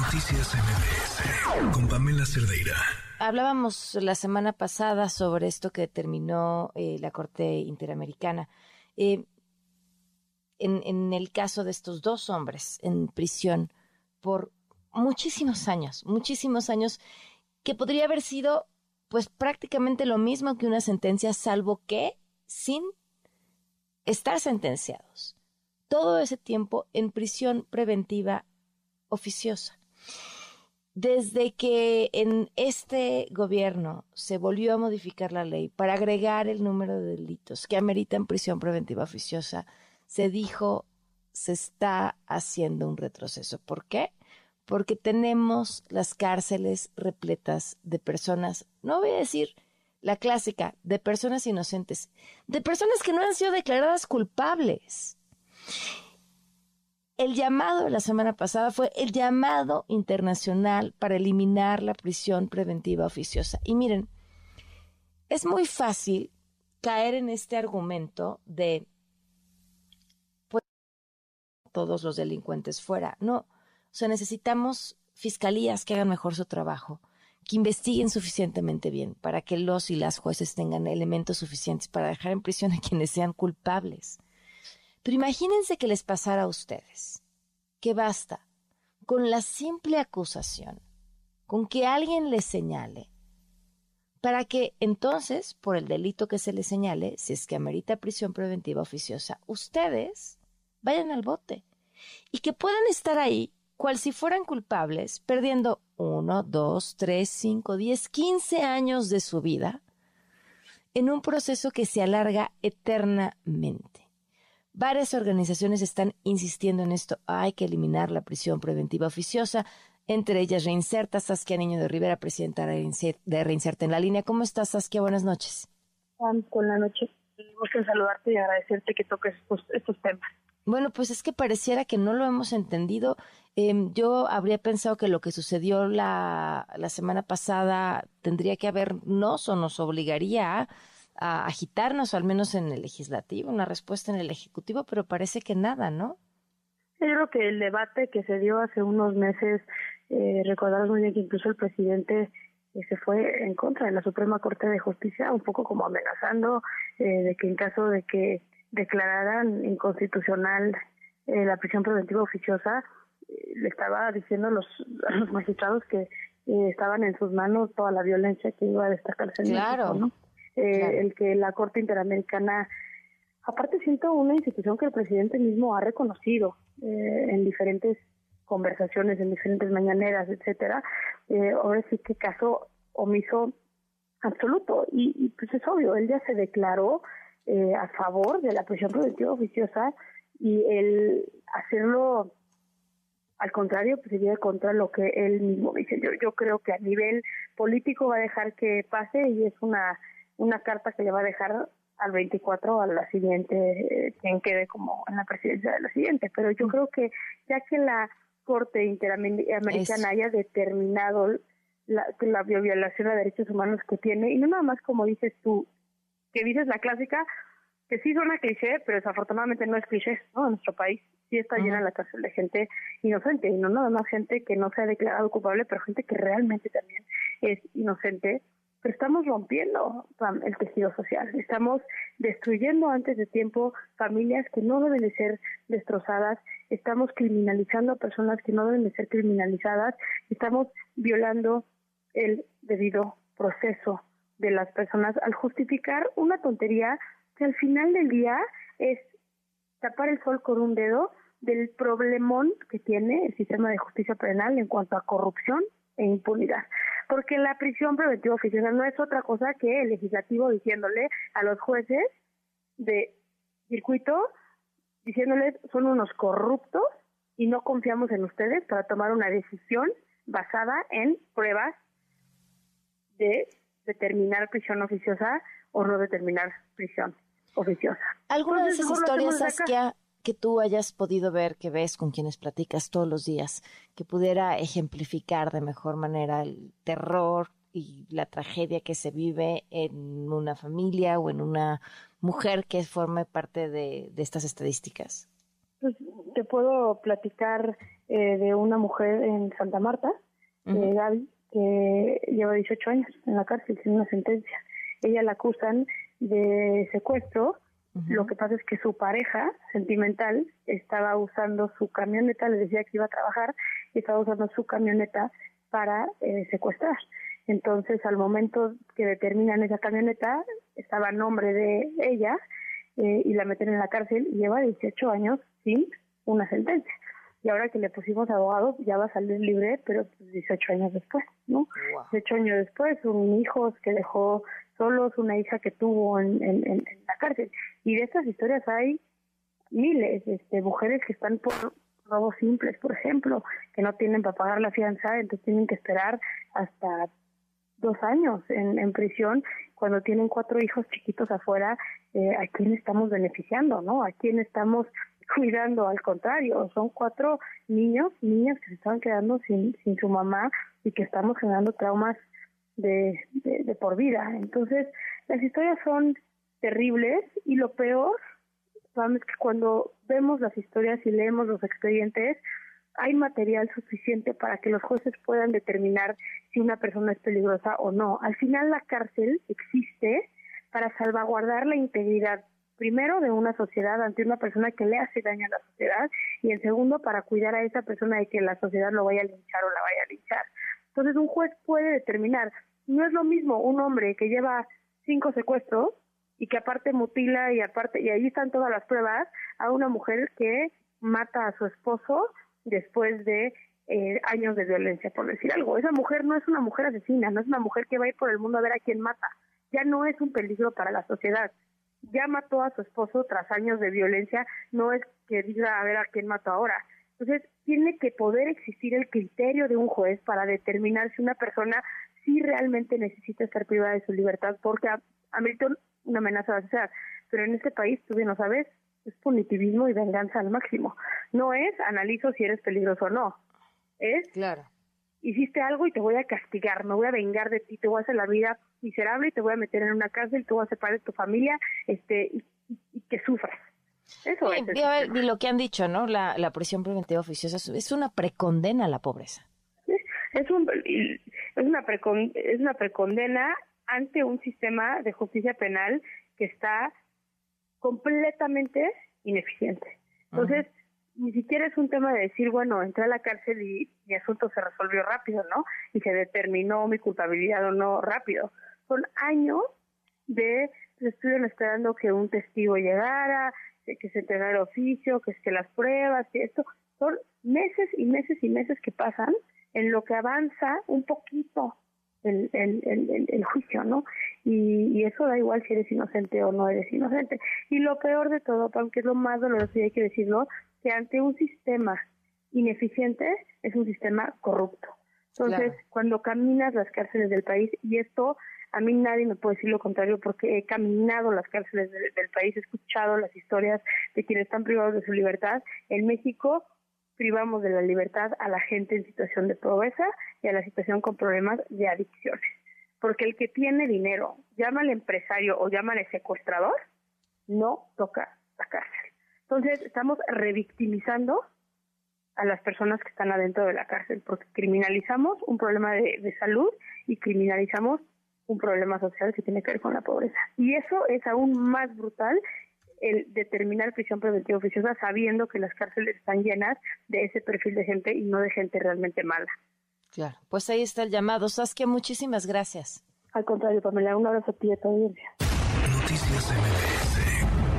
Noticias MBS con Pamela Cerdeira. Hablábamos la semana pasada sobre esto que determinó la Corte Interamericana. En el caso de estos dos hombres en prisión por muchísimos años, que podría haber sido pues prácticamente lo mismo que una sentencia, salvo que sin estar sentenciados. Todo ese tiempo en prisión preventiva oficiosa. Desde que en este gobierno se volvió a modificar la ley para agregar el número de delitos que ameritan prisión preventiva oficiosa, se dijo, se está haciendo un retroceso. ¿Por qué? Porque tenemos las cárceles repletas de personas, no voy a decir la clásica, de personas inocentes, de personas que no han sido declaradas culpables. El llamado de la semana pasada fue el llamado internacional para eliminar la prisión preventiva oficiosa. Y miren, es muy fácil caer en este argumento de pues todos los delincuentes fuera. No, o sea, necesitamos fiscalías que hagan mejor su trabajo, que investiguen suficientemente bien para que los y las jueces tengan elementos suficientes para dejar en prisión a quienes sean culpables. Pero imagínense que les pasara a ustedes, que basta con la simple acusación, con que alguien les señale, para que entonces, por el delito que se les señale, si es que amerita prisión preventiva oficiosa, ustedes vayan al bote y que puedan estar ahí, cual si fueran culpables, perdiendo 1, 2, 3, 5, 10, 15 años de su vida en un proceso que se alarga eternamente. Varias organizaciones están insistiendo en esto. Hay que eliminar la prisión preventiva oficiosa, entre ellas Reinserta. Saskia Niño de Rivera, presidenta de Reinserta en la línea. ¿Cómo estás, Saskia? Buenas noches. Con la noche. Me gusta saludarte y agradecerte que toques estos temas. Bueno, pues es que pareciera que no lo hemos entendido. Yo habría pensado que lo que sucedió la semana pasada tendría que habernos o nos obligaría a agitarnos, al menos en el legislativo, una respuesta en el ejecutivo, pero parece que nada, ¿no? Yo creo que el debate que se dio hace unos meses, recordarás muy bien que incluso el presidente se fue en contra de la Suprema Corte de Justicia, un poco como amenazando de que en caso de que declararan inconstitucional la prisión preventiva oficiosa, le estaba diciendo a los magistrados que estaban en sus manos toda la violencia que iba a destacarse en México, ¿no? Claro. El que la Corte Interamericana, aparte siento una institución que el presidente mismo ha reconocido en diferentes conversaciones, en diferentes mañaneras, etcétera, ahora sí que caso omiso absoluto, y pues es obvio, él ya se declaró a favor de la prisión preventiva oficiosa, y el hacerlo al contrario, pues iría contra lo que él mismo dice. Yo creo que a nivel político va a dejar que pase, y es una carta que le va a dejar al 24 a la siguiente, quien quede como en la presidencia de la siguiente. Pero yo creo que ya que la Corte Interamericana haya determinado la violación a derechos humanos que tiene, y no nada más como dices tú, que dices la clásica, que sí suena cliché, pero desafortunadamente no es cliché, ¿no? En nuestro país sí está llena la cárcel de gente inocente, y no nada más gente que no se ha declarado culpable, pero gente que realmente también es inocente. Pero estamos rompiendo el tejido social, estamos destruyendo antes de tiempo familias que no deben de ser destrozadas, estamos criminalizando a personas que no deben de ser criminalizadas, estamos violando el debido proceso de las personas al justificar una tontería que al final del día es tapar el sol con un dedo del problemón que tiene el sistema de justicia penal en cuanto a corrupción e impunidad. Porque la prisión preventiva oficiosa no es otra cosa que el legislativo diciéndole a los jueces de circuito, diciéndoles son unos corruptos y no confiamos en ustedes para tomar una decisión basada en pruebas de determinar prisión oficiosa o no determinar prisión oficiosa. ¿Alguna de esas historias, Saskia, que tú hayas podido ver, que ves, con quienes platicas todos los días, que pudiera ejemplificar de mejor manera el terror y la tragedia que se vive en una familia o en una mujer que forme parte de estas estadísticas? Pues te puedo platicar de una mujer en Santa Marta, Gaby, que lleva 18 años en la cárcel sin una sentencia. Ella la acusan de secuestro. Lo que pasa es que su pareja sentimental estaba usando su camioneta, le decía que iba a trabajar, y estaba usando su camioneta para secuestrar. Entonces, al momento que determinan esa camioneta, estaba a nombre de ella, y la meten en la cárcel, y lleva 18 años sin una sentencia. Y ahora que le pusimos abogado, ya va a salir libre, pero 18 años después, ¿no? Wow. 18 años después, un hijo que dejó solos, una hija que tuvo en la cárcel. Y de estas historias hay miles, mujeres que están por robos simples, por ejemplo, que no tienen para pagar la fianza, entonces tienen que esperar hasta 2 años en prisión, cuando tienen 4 hijos chiquitos afuera. ¿A quién estamos beneficiando, no? ¿A quién estamos cuidando? Al contrario, son 4 niñas que se estaban quedando sin su mamá y que estamos generando traumas de por vida. Entonces, las historias son terribles, y lo peor, es que cuando vemos las historias y leemos los expedientes, hay material suficiente para que los jueces puedan determinar si una persona es peligrosa o no. Al final, la cárcel existe para salvaguardar la integridad, primero, de una sociedad ante una persona que le hace daño a la sociedad, y en segundo, para cuidar a esa persona de que la sociedad lo vaya a linchar o la vaya a linchar. Entonces, un juez puede determinar. No es lo mismo un hombre que lleva 5 secuestros y que aparte mutila y ahí están todas las pruebas, a una mujer que mata a su esposo después de años de violencia, por decir algo. Esa mujer no es una mujer asesina, no es una mujer que va a ir por el mundo a ver a quién mata. Ya no es un peligro para la sociedad. Ya mató a su esposo tras años de violencia, no es que diga a ver a quién mató ahora. Entonces, tiene que poder existir el criterio de un juez para determinar si una persona sí realmente necesita estar privada de su libertad, porque amerita una amenaza de la sociedad. Pero en este país, tú bien lo sabes, es punitivismo y venganza al máximo. No es analizo si eres peligroso o no. Es, claro, hiciste algo y te voy a castigar, me voy a vengar de ti, te voy a hacer la vida miserable y te voy a meter en una cárcel, te voy a separar de tu familia, y que sufras. Eso sí, y lo que han dicho, ¿no? La prisión preventiva oficiosa es una precondena a la pobreza. Es una precondena ante un sistema de justicia penal que está completamente ineficiente. Entonces, ni siquiera es un tema de decir, bueno, entré a la cárcel y mi asunto se resolvió rápido, ¿no? Y se determinó mi culpabilidad o no rápido. Son años de estuvieron esperando que un testigo llegara, que se entregara el oficio, que las pruebas, que esto. Son meses y meses y meses que pasan en lo que avanza un poquito el juicio, ¿no? Y eso da igual si eres inocente o no eres inocente. Y lo peor de todo, aunque es lo más doloroso y hay que decirlo, que ante un sistema ineficiente es un sistema corrupto. Entonces, claro, cuando caminas las cárceles del país, y esto a mí nadie me puede decir lo contrario porque he caminado las cárceles del país, he escuchado las historias de quienes están privados de su libertad. En México privamos de la libertad a la gente en situación de pobreza y a la situación con problemas de adicciones. Porque el que tiene dinero, llámale empresario o llámale secuestrador, no toca la cárcel. Entonces, estamos revictimizando a las personas que están adentro de la cárcel, porque criminalizamos un problema de salud y criminalizamos un problema social que tiene que ver con la pobreza. Y eso es aún más brutal, el determinar prisión preventiva oficiosa sabiendo que las cárceles están llenas de ese perfil de gente y no de gente realmente mala. Claro, pues ahí está el llamado. Saskia, muchísimas gracias. Al contrario, Pamela, un abrazo a ti y a tu audiencia. Noticias MBS.